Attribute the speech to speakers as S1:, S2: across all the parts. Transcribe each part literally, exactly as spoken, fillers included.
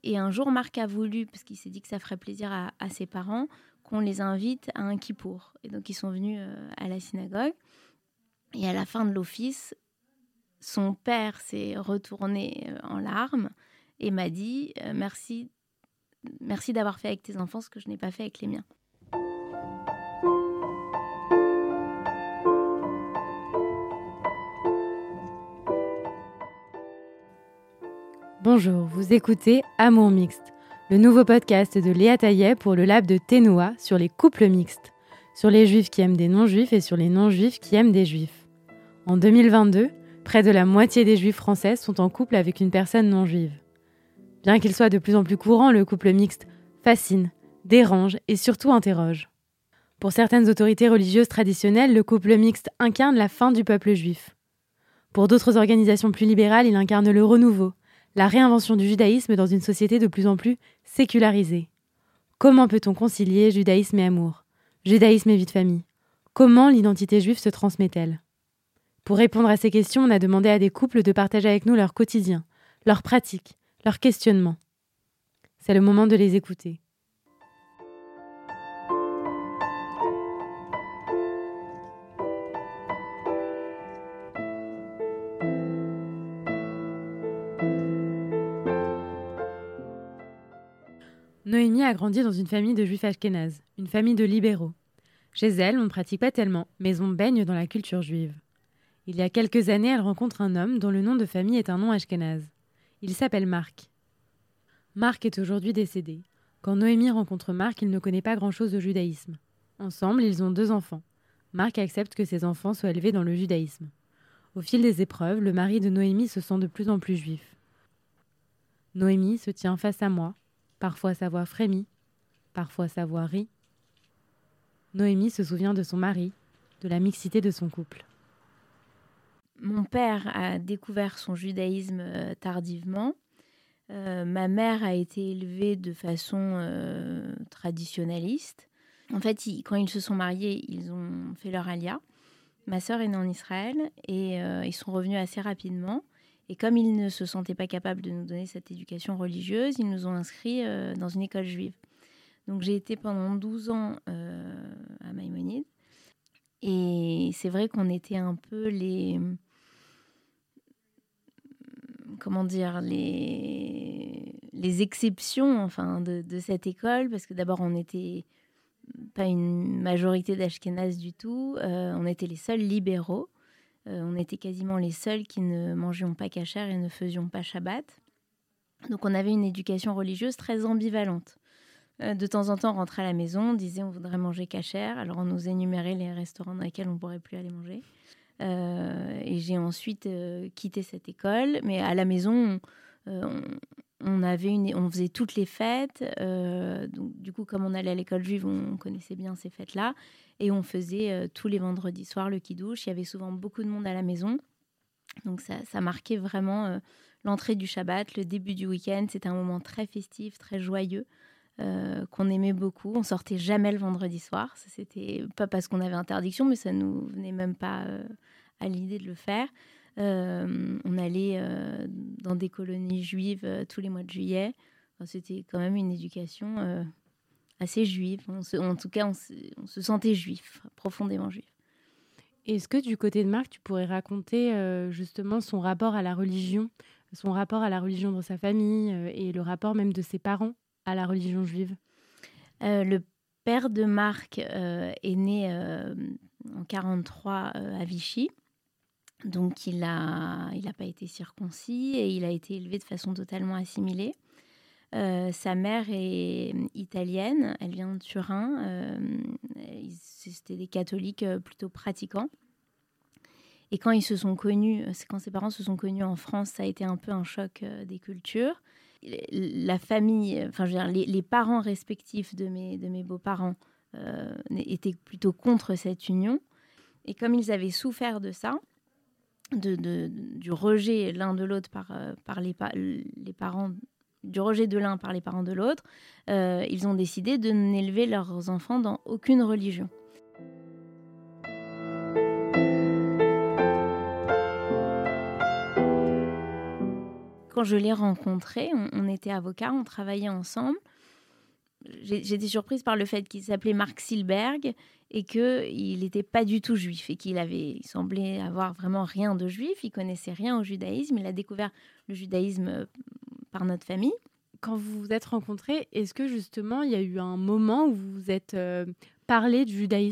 S1: Et un jour, Marc a voulu, parce qu'il s'est dit que ça ferait plaisir à, à ses parents, qu'on les invite à un kippour. Et donc, ils sont venus euh, à la synagogue. Et à la fin de l'office, son père s'est retourné euh, en larmes et m'a dit euh, « Merci, merci d'avoir fait avec tes enfants ce que je n'ai pas fait avec les miens. »
S2: Bonjour, vous écoutez Amour mixte, le nouveau podcast de Léa Taillet pour le lab de Ténoua sur les couples mixtes, sur les juifs qui aiment des non-juifs et sur les non-juifs qui aiment des juifs. En deux mille vingt-deux, près de la moitié des juifs français sont en couple avec une personne non-juive. Bien qu'il soit de plus en plus courant, le couple mixte fascine, dérange et surtout interroge. Pour certaines autorités religieuses traditionnelles, le couple mixte incarne la fin du peuple juif. Pour d'autres organisations plus libérales, il incarne le renouveau, la réinvention du judaïsme dans une société de plus en plus sécularisée. Comment peut-on concilier judaïsme et amour, judaïsme et vie de famille ? Comment l'identité juive se transmet-elle ? Pour répondre à ces questions, on a demandé à des couples de partager avec nous leur quotidien, leurs pratiques, leurs questionnements. C'est le moment de les écouter. Noémie a grandi dans une famille de juifs ashkénazes, une famille de libéraux. Chez elle, on ne pratique pas tellement, mais on baigne dans la culture juive. Il y a quelques années, elle rencontre un homme dont le nom de famille est un nom ashkénaze. Il s'appelle Marc. Marc est aujourd'hui décédé. Quand Noémie rencontre Marc, il ne connaît pas grand-chose au judaïsme. Ensemble, ils ont deux enfants. Marc accepte que ses enfants soient élevés dans le judaïsme. Au fil des épreuves, le mari de Noémie se sent de plus en plus juif. Noémie se tient face à moi. Parfois sa voix frémit, parfois sa voix rit. Noémie se souvient de son mari, de la mixité de son couple.
S1: Mon père a découvert son judaïsme euh, tardivement. Euh, ma mère a été élevée de façon euh, traditionnaliste. En fait, ils, quand ils se sont mariés, ils ont fait leur alia. Ma sœur est née en Israël et euh, ils sont revenus assez rapidement. Et comme ils ne se sentaient pas capables de nous donner cette éducation religieuse, ils nous ont inscrits euh, dans une école juive. Donc j'ai été pendant douze ans euh, à Maïmonide. Et c'est vrai qu'on était un peu les... Comment dire, les, les exceptions enfin, de, de cette école, parce que d'abord, on n'était pas une majorité d'Ashkénazes du tout, euh, on était les seuls libéraux, euh, on était quasiment les seuls qui ne mangions pas kasher et ne faisions pas Shabbat. Donc on avait une éducation religieuse très ambivalente. Euh, de temps en temps, on rentrait à la maison, on disait on voudrait manger kasher, alors on nous énumérait les restaurants dans lesquels on ne pourrait plus aller manger. Euh, et j'ai ensuite euh, quitté cette école, mais à la maison, on, euh, on, on, avait une, on faisait toutes les fêtes. Euh, donc, du coup, comme on allait à l'école juive, on, on connaissait bien ces fêtes-là. Et on faisait euh, tous les vendredis soirs le kidouche. Il y avait souvent beaucoup de monde à la maison. Donc, ça, ça marquait vraiment euh, l'entrée du Shabbat, le début du week-end. C'était un moment très festif, très joyeux. Euh, qu'on aimait beaucoup. On sortait jamais le vendredi soir. Ça, c'était pas parce qu'on avait interdiction, mais ça nous venait même pas euh, à l'idée de le faire. Euh, on allait euh, dans des colonies juives euh, tous les mois de juillet. Enfin, c'était quand même une éducation euh, assez juive. On se, en tout cas, on se, on se sentait juif, profondément juif.
S2: Est-ce que du côté de Marc, tu pourrais raconter euh, justement son rapport à la religion, son rapport à la religion dans sa famille euh, et le rapport même de ses parents à la religion juive?
S1: euh, Le père de Marc euh, est né euh, en quarante-trois euh, à Vichy. Donc, il n'a il a pas été circoncis et il a été élevé de façon totalement assimilée. Euh, sa mère est italienne, elle vient de Turin. Euh, c'était des catholiques plutôt pratiquants. Et quand ils se sont connus, quand ses parents se sont connus en France, ça a été un peu un choc des cultures. La famille, enfin, je veux dire, les, les parents respectifs de mes, de mes beaux-parents euh, étaient plutôt contre cette union. Et comme ils avaient souffert de ça, de, de, du rejet l'un de l'autre par, par les, les parents, du rejet de l'un par les parents de l'autre, euh, ils ont décidé de n'élever leurs enfants dans aucune religion. quand je l'ai rencontré, on, on était avocats, on travaillait ensemble. J'ai, j'étais surprise par le fait qu'il s'appelait Marc Silberg et qu'il n'était pas du tout juif et qu'il avait, il semblait avoir vraiment rien de juif. Il connaissait rien au judaïsme. Il a découvert le judaïsme par notre famille.
S2: Quand vous vous êtes rencontrés, est-ce que justement il y a eu un moment où vous vous êtes euh, parlé du judaïsme ?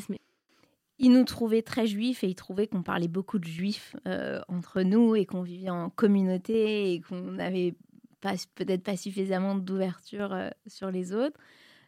S1: Il nous trouvait très juifs et il trouvait qu'on parlait beaucoup de juifs euh, entre nous et qu'on vivait en communauté et qu'on n'avait pas, peut-être pas suffisamment d'ouverture euh, sur les autres.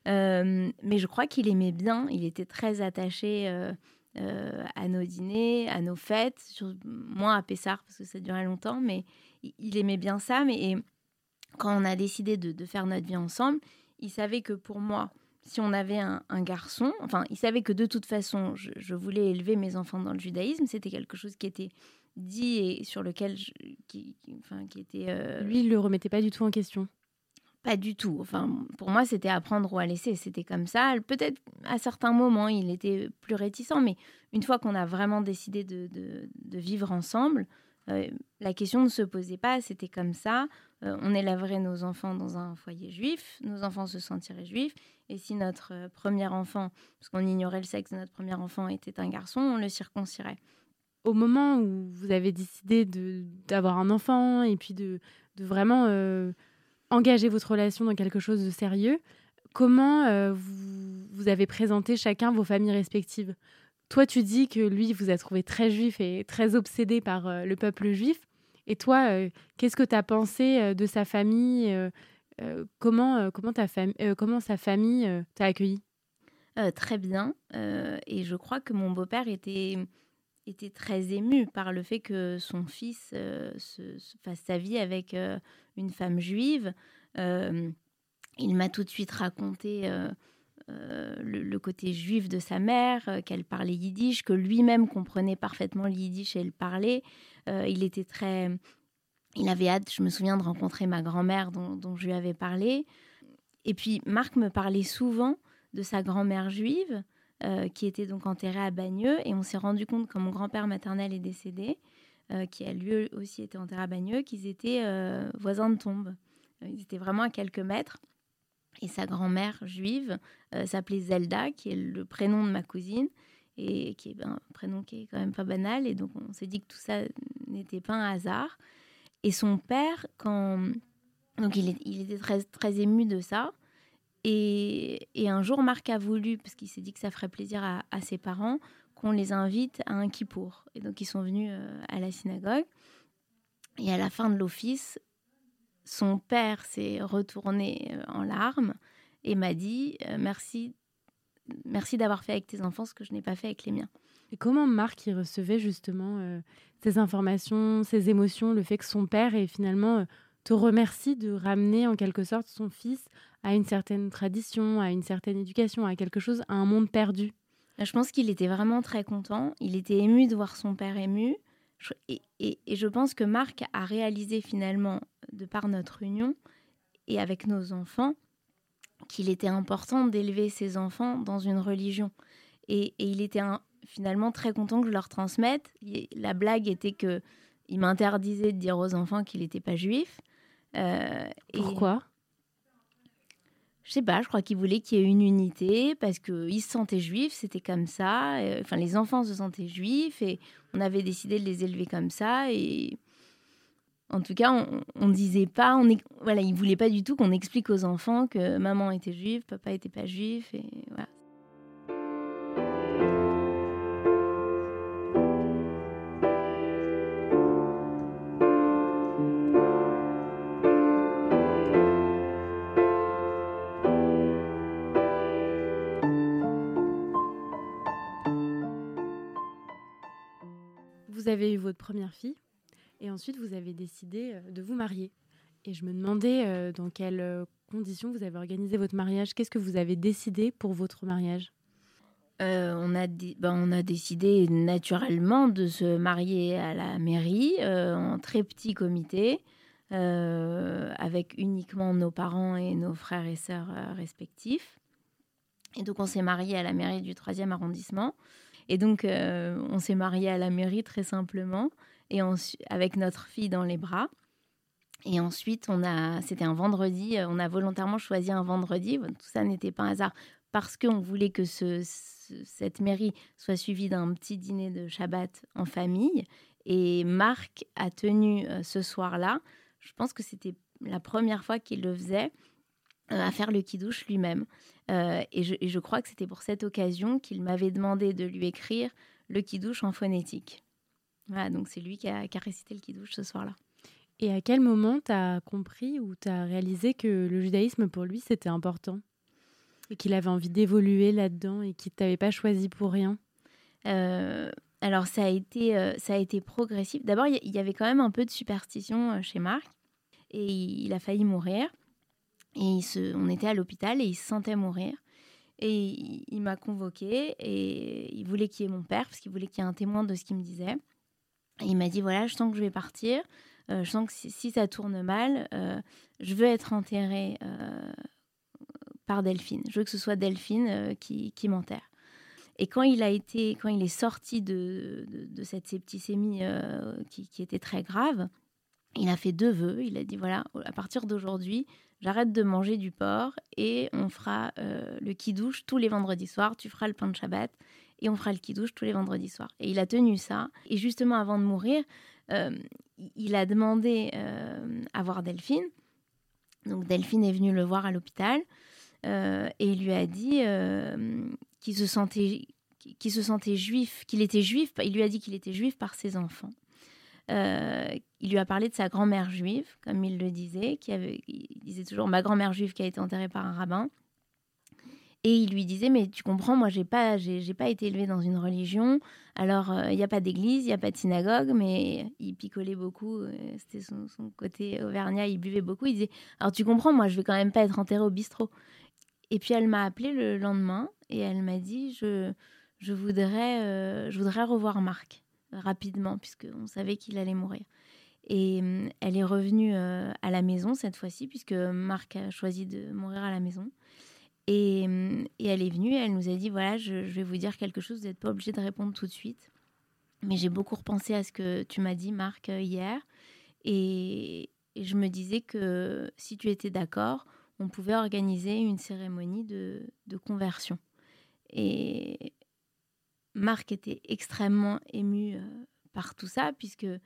S1: Euh, mais je crois qu'il aimait bien, il était très attaché euh, euh, à nos dîners, à nos fêtes, sur, moins à Pessah parce que ça durait longtemps, mais il, il aimait bien ça. Mais et, quand on a décidé de, de faire notre vie ensemble, il savait que pour moi, si on avait un, un garçon, enfin, il savait que de toute façon, je, je voulais élever mes enfants dans le judaïsme. C'était quelque chose qui était dit et sur lequel, je, qui, qui, enfin, qui était... Euh...
S2: Lui, il le remettait pas du tout en question.
S1: Pas du tout. Enfin, pour moi, c'était à prendre ou à laisser. C'était comme ça. Peut-être à certains moments, il était plus réticent, mais une fois qu'on a vraiment décidé de, de, de vivre ensemble, euh, la question ne se posait pas. C'était comme ça. Euh, on élèverait nos enfants dans un foyer juif. Nos enfants se sentiraient juifs. Et si notre euh, premier enfant, parce qu'on ignorait le sexe de notre premier enfant, était un garçon, on le circoncierait.
S2: Au moment où vous avez décidé de, d'avoir un enfant et puis de, de vraiment... Euh... engager votre relation dans quelque chose de sérieux, comment euh, vous, vous avez présenté chacun vos familles respectives ? Toi, tu dis que lui vous a trouvé très juif et très obsédé par euh, le peuple juif. Et toi, euh, qu'est-ce que tu as pensé euh, de sa famille euh, euh, comment, euh, comment, ta fam- euh, comment sa famille euh, t'a accueilli ?
S1: euh, Très bien. Euh, et je crois que mon beau-père était... était très ému par le fait que son fils euh, se, se fasse sa vie avec euh, une femme juive. Euh, il m'a tout de suite raconté euh, euh, le, le côté juif de sa mère, euh, qu'elle parlait yiddish, que lui-même comprenait parfaitement le yiddish et le parlait. Euh, il était très... Il avait hâte, je me souviens, de rencontrer ma grand-mère dont, dont je lui avais parlé. Et puis, Marc me parlait souvent de sa grand-mère juive, Euh, qui était donc enterré à Bagneux. Et on s'est rendu compte, quand mon grand-père maternel est décédé, euh, qui a lui aussi été enterré à Bagneux, qu'ils étaient euh, voisins de tombe. Ils étaient vraiment à quelques mètres. Et sa grand-mère juive euh, s'appelait Zelda, qui est le prénom de ma cousine, et qui est ben, un prénom qui est quand même pas banal. Et donc, on s'est dit que tout ça n'était pas un hasard. Et son père, quand... donc il, est, il était très, très ému de ça. Et, et un jour, Marc a voulu, parce qu'il s'est dit que ça ferait plaisir à, à ses parents, qu'on les invite à un kippour. Et donc, ils sont venus euh, à la synagogue. Et à la fin de l'office, son père s'est retourné euh, en larmes et m'a dit euh, merci, merci d'avoir fait avec tes enfants ce que je n'ai pas fait avec les miens.
S2: Et comment Marc il recevait justement euh, ces informations, ces émotions, le fait que son père ait finalement... Euh, te remercie de ramener en quelque sorte son fils à une certaine tradition, à une certaine éducation, à quelque chose, à un monde perdu.
S1: Je pense qu'il était vraiment très content. Il était ému de voir son père ému. Et, et, et je pense que Marc a réalisé finalement, de par notre union et avec nos enfants, qu'il était important d'élever ses enfants dans une religion. Et, et il était un, finalement très content que je leur transmette. La blague était qu'il m'interdisait de dire aux enfants qu'il n'était pas juif. Euh,
S2: Pourquoi ?
S1: Je sais pas, je crois qu'il voulait qu'il y ait une unité parce qu'il se sentait juif, c'était comme ça. Euh, enfin, les enfants se sentaient juifs et on avait décidé de les élever comme ça. Et en tout cas, on, on disait pas, on est, voilà, il voulait pas du tout qu'on explique aux enfants que maman était juive, papa était pas juif et voilà.
S2: Vous avez eu votre première fille et ensuite vous avez décidé de vous marier. Et je me demandais euh, dans quelles conditions vous avez organisé votre mariage. Qu'est-ce que vous avez décidé pour votre mariage ?
S1: euh, on, a dé- ben, on a décidé naturellement de se marier à la mairie euh, en très petit comité euh, avec uniquement nos parents et nos frères et sœurs euh, respectifs. Et donc on s'est marié à la mairie du troisième arrondissement. Et donc, euh, on s'est mariés à la mairie très simplement, et on, avec notre fille dans les bras. Et ensuite, on a, c'était un vendredi, on a volontairement choisi un vendredi. Tout ça n'était pas un hasard parce qu'on voulait que ce, ce, cette mairie soit suivie d'un petit dîner de Shabbat en famille. Et Marc a tenu euh, ce soir-là, je pense que c'était la première fois qu'il le faisait, euh, à faire le kidouche lui-même. Euh, et, je, et je crois que c'était pour cette occasion qu'il m'avait demandé de lui écrire le kidouche en phonétique. Voilà, donc c'est lui qui a, qui a récité le kidouche ce soir-là.
S2: Et à quel moment tu as compris ou tu as réalisé que le judaïsme, pour lui, c'était important et qu'il avait envie d'évoluer là-dedans et qu'il ne t'avait pas choisi pour rien?
S1: euh, Alors, ça a, été, euh, ça a été progressif. D'abord, il y, y avait quand même un peu de superstition euh, chez Marc. Et il, il a failli mourir. Et il se, on était à l'hôpital et il se sentait mourir. Et il, il m'a convoquée et il voulait qu'il y ait mon père parce qu'il voulait qu'il y ait un témoin de ce qu'il me disait. Et il m'a dit, voilà, je sens que je vais partir. Euh, je sens que si, si ça tourne mal, euh, je veux être enterrée euh, par Delphine. Je veux que ce soit Delphine euh, qui, qui m'enterre. Et quand il a été, quand il est sorti de, de, de cette septicémie euh, qui, qui était très grave, il a fait deux vœux. Il a dit, voilà, à partir d'aujourd'hui, j'arrête de manger du porc et on fera euh, le kidouche tous les vendredis soirs. Tu feras le pain de Shabbat et on fera le kidouche tous les vendredis soirs. Et il a tenu ça. Et justement, avant de mourir, euh, il a demandé euh, à voir Delphine. Donc Delphine est venue le voir à l'hôpital euh, et il lui a dit euh, qu'il se sentait, qu'il se sentait juif, qu'il était juif. Il lui a dit qu'il était juif par ses enfants. Euh, il lui a parlé de sa grand-mère juive, comme il le disait, qui avait, il disait toujours ma grand-mère juive qui a été enterrée par un rabbin. Et il lui disait, mais tu comprends, moi, j'ai pas, j'ai, j'ai pas été élevée dans une religion. Alors, il euh, n'y a pas d'église, il n'y a pas de synagogue, mais il picolait beaucoup. Euh, c'était son, son côté auvergnat, il buvait beaucoup. Il disait, alors tu comprends, moi, je vais quand même pas être enterrée au bistrot. Et puis, elle m'a appelée le lendemain et elle m'a dit, je, je, voudrais, euh, je voudrais revoir Marc euh, rapidement, puisqu'on savait qu'il allait mourir. Et euh, elle est revenue euh, à la maison cette fois-ci, puisque Marc a choisi de mourir à la maison. Et, et elle est venue, elle nous a dit, voilà, je, je vais vous dire quelque chose, vous n'êtes pas obligé de répondre tout de suite. Mais j'ai beaucoup repensé à ce que tu m'as dit, Marc, hier. Et, et je me disais que si tu étais d'accord, on pouvait organiser une cérémonie de, de conversion. Et Marc était extrêmement ému euh, par tout ça, puisque euh,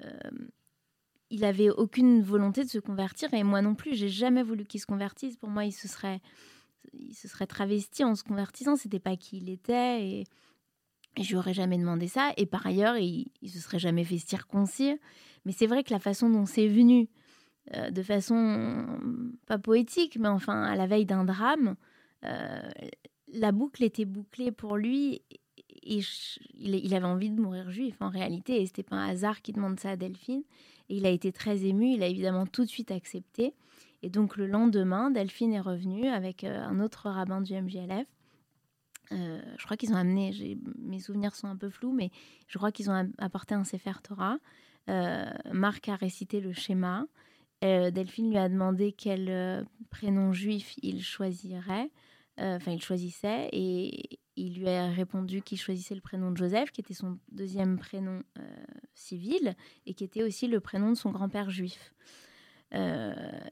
S1: il n'avait aucune volonté de se convertir. Et moi non plus, j'ai jamais voulu qu'il se convertisse. Pour moi, il se serait... il se serait travesti en se convertissant, c'était pas qui il était et, et je lui aurais jamais demandé ça. Et par ailleurs, il, il se serait jamais fait circoncire. Mais c'est vrai que la façon dont c'est venu, euh, de façon pas poétique, mais enfin à la veille d'un drame, euh, la boucle était bouclée pour lui et je, il, il avait envie de mourir juif en réalité. Et c'était pas un hasard qu'il demande ça à Delphine. Et il a été très ému, il a évidemment tout de suite accepté. Et donc, le lendemain, Delphine est revenue avec euh, un autre rabbin du M J L F. Euh, je crois qu'ils ont amené, j'ai, mes souvenirs sont un peu flous, mais je crois qu'ils ont apporté un Sefer Torah. Euh, Marc a récité le schéma. Euh, Delphine lui a demandé quel euh, prénom juif il choisirait. Enfin, euh, il choisissait. Et il lui a répondu qu'il choisissait le prénom de Joseph, qui était son deuxième prénom euh, civil, et qui était aussi le prénom de son grand-père juif. Euh,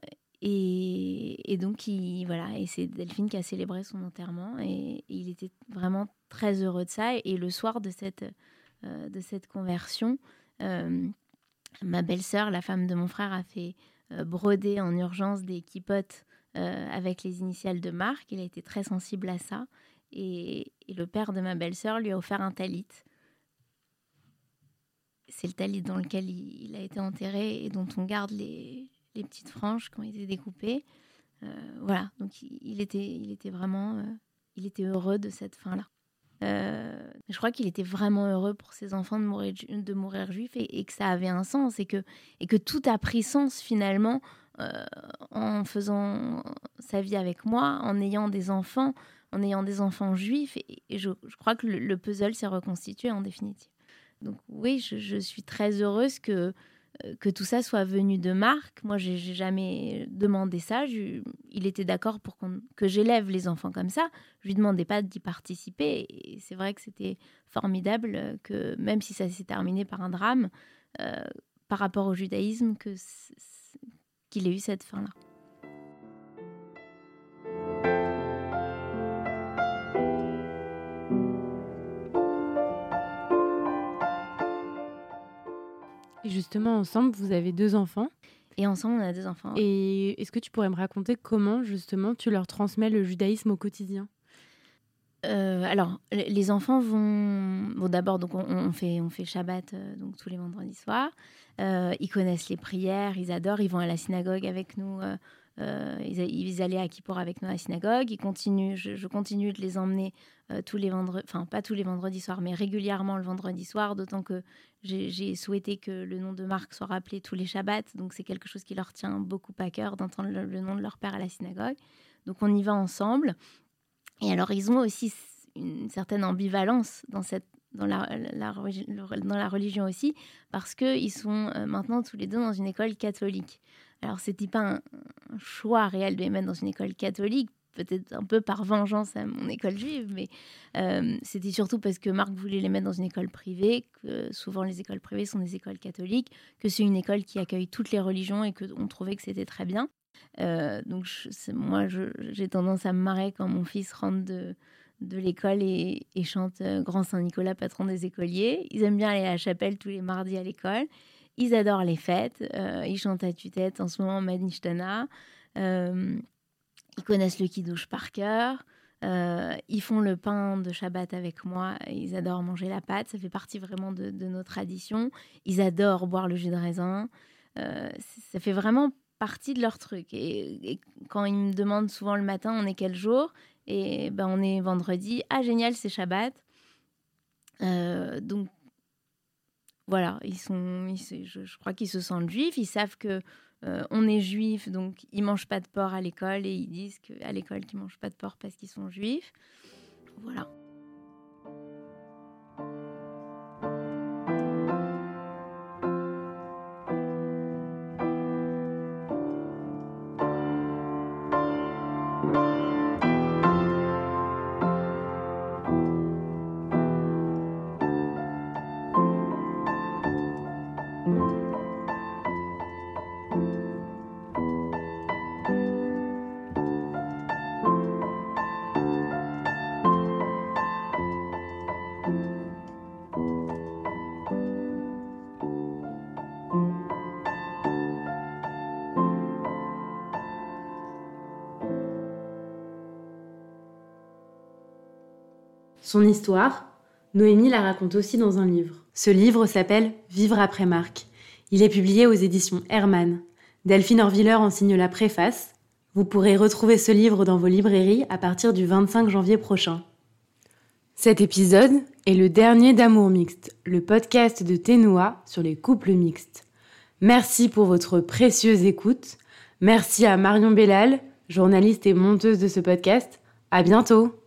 S1: Et, et donc, il, voilà, et c'est Delphine qui a célébré son enterrement et, et il était vraiment très heureux de ça. Et, et le soir de cette, euh, de cette conversion, euh, ma belle-sœur, la femme de mon frère, a fait euh, broder en urgence des kippotes euh, avec les initiales de Marc. Il a été très sensible à ça. Et, et le père de ma belle-sœur lui a offert un talit. C'est le talit dans lequel il, il a été enterré et dont on garde les... les petites franges qui ont été découpées. Euh, voilà, donc il, il, était, il était vraiment... Euh, il était heureux de cette fin-là. Euh, je crois qu'il était vraiment heureux pour ses enfants de mourir, de mourir juifs et, et que ça avait un sens et que, et que tout a pris sens finalement euh, en faisant sa vie avec moi, en ayant des enfants, en ayant des enfants juifs. Et, et je, je crois que le, le puzzle s'est reconstitué en définitive. Donc oui, je, je suis très heureuse que que tout ça soit venu de Marc. Moi, j'ai, j'ai jamais demandé ça. Je, il était d'accord pour qu'on, que j'élève les enfants comme ça. Je lui demandais pas d'y participer. Et c'est vrai que c'était formidable que, même si ça s'est terminé par un drame, euh, par rapport au judaïsme, que, qu'il ait eu cette fin-là.
S2: Et justement, ensemble, vous avez deux enfants.
S1: Et ensemble, on a deux enfants.
S2: Et est-ce que tu pourrais me raconter comment, justement, tu leur transmets le judaïsme au quotidien ?
S1: euh, Alors, les enfants vont... Bon, d'abord, donc, on, on, fait, on fait Shabbat euh, donc, tous les vendredis soirs. Euh, ils connaissent les prières, ils adorent. Ils vont à la synagogue avec nous. Euh, euh, ils, ils allaient à Kippour avec nous à la synagogue. Ils continuent, je, je continue de les emmener euh, tous les vendredis... Enfin, pas tous les vendredis soirs, mais régulièrement le vendredi soir, d'autant que j'ai, j'ai souhaité que le nom de marque soit rappelé tous les Shabbats. Donc, c'est quelque chose qui leur tient beaucoup à cœur d'entendre le, le nom de leur père à la synagogue. Donc, on y va ensemble. Et alors, ils ont aussi une certaine ambivalence dans, cette, dans, la, la, dans la religion aussi, parce qu'ils sont maintenant tous les deux dans une école catholique. Alors, ce n'était pas un, un choix réel de les mettre dans une école catholique, peut-être un peu par vengeance à mon école juive, mais euh, c'était surtout parce que Marc voulait les mettre dans une école privée, que souvent les écoles privées sont des écoles catholiques, que c'est une école qui accueille toutes les religions et qu'on trouvait que c'était très bien. Euh, donc je, c'est, moi je, j'ai tendance à me marrer quand mon fils rentre de, de l'école et, et chante euh, Grand Saint-Nicolas, patron des écoliers. Ils aiment bien aller à la chapelle tous les mardis à l'école. Ils adorent les fêtes. Euh, ils chantent à tue-tête en ce moment Madnishtana. Euh, ils connaissent le Kiddush par cœur. Euh, ils font le pain de Shabbat avec moi. Ils adorent manger la pâte. Ça fait partie vraiment de, de nos traditions. Ils adorent boire le jus de raisin. Euh, ça fait vraiment partie de leur truc. Et, et quand ils me demandent souvent le matin, on est quel jour ? Et ben on est vendredi. Ah génial, c'est Shabbat. Euh, donc voilà, ils sont, ils, je, je crois qu'ils se sentent juifs. Ils savent que euh, on est juifs, donc ils mangent pas de porc à l'école et ils disent qu'à l'école qu'ils mangent pas de porc parce qu'ils sont juifs. Voilà.
S2: Son histoire, Noémie la raconte aussi dans un livre. Ce livre s'appelle « Vivre après Marc ». Il est publié aux éditions Hermann. Delphine Orviller en signe la préface. Vous pourrez retrouver ce livre dans vos librairies à partir du vingt-cinq janvier prochain. Cet épisode est le dernier d'Amour Mixte, le podcast de Ténoua sur les couples mixtes. Merci pour votre précieuse écoute. Merci à Marion Bellal, journaliste et monteuse de ce podcast. À bientôt!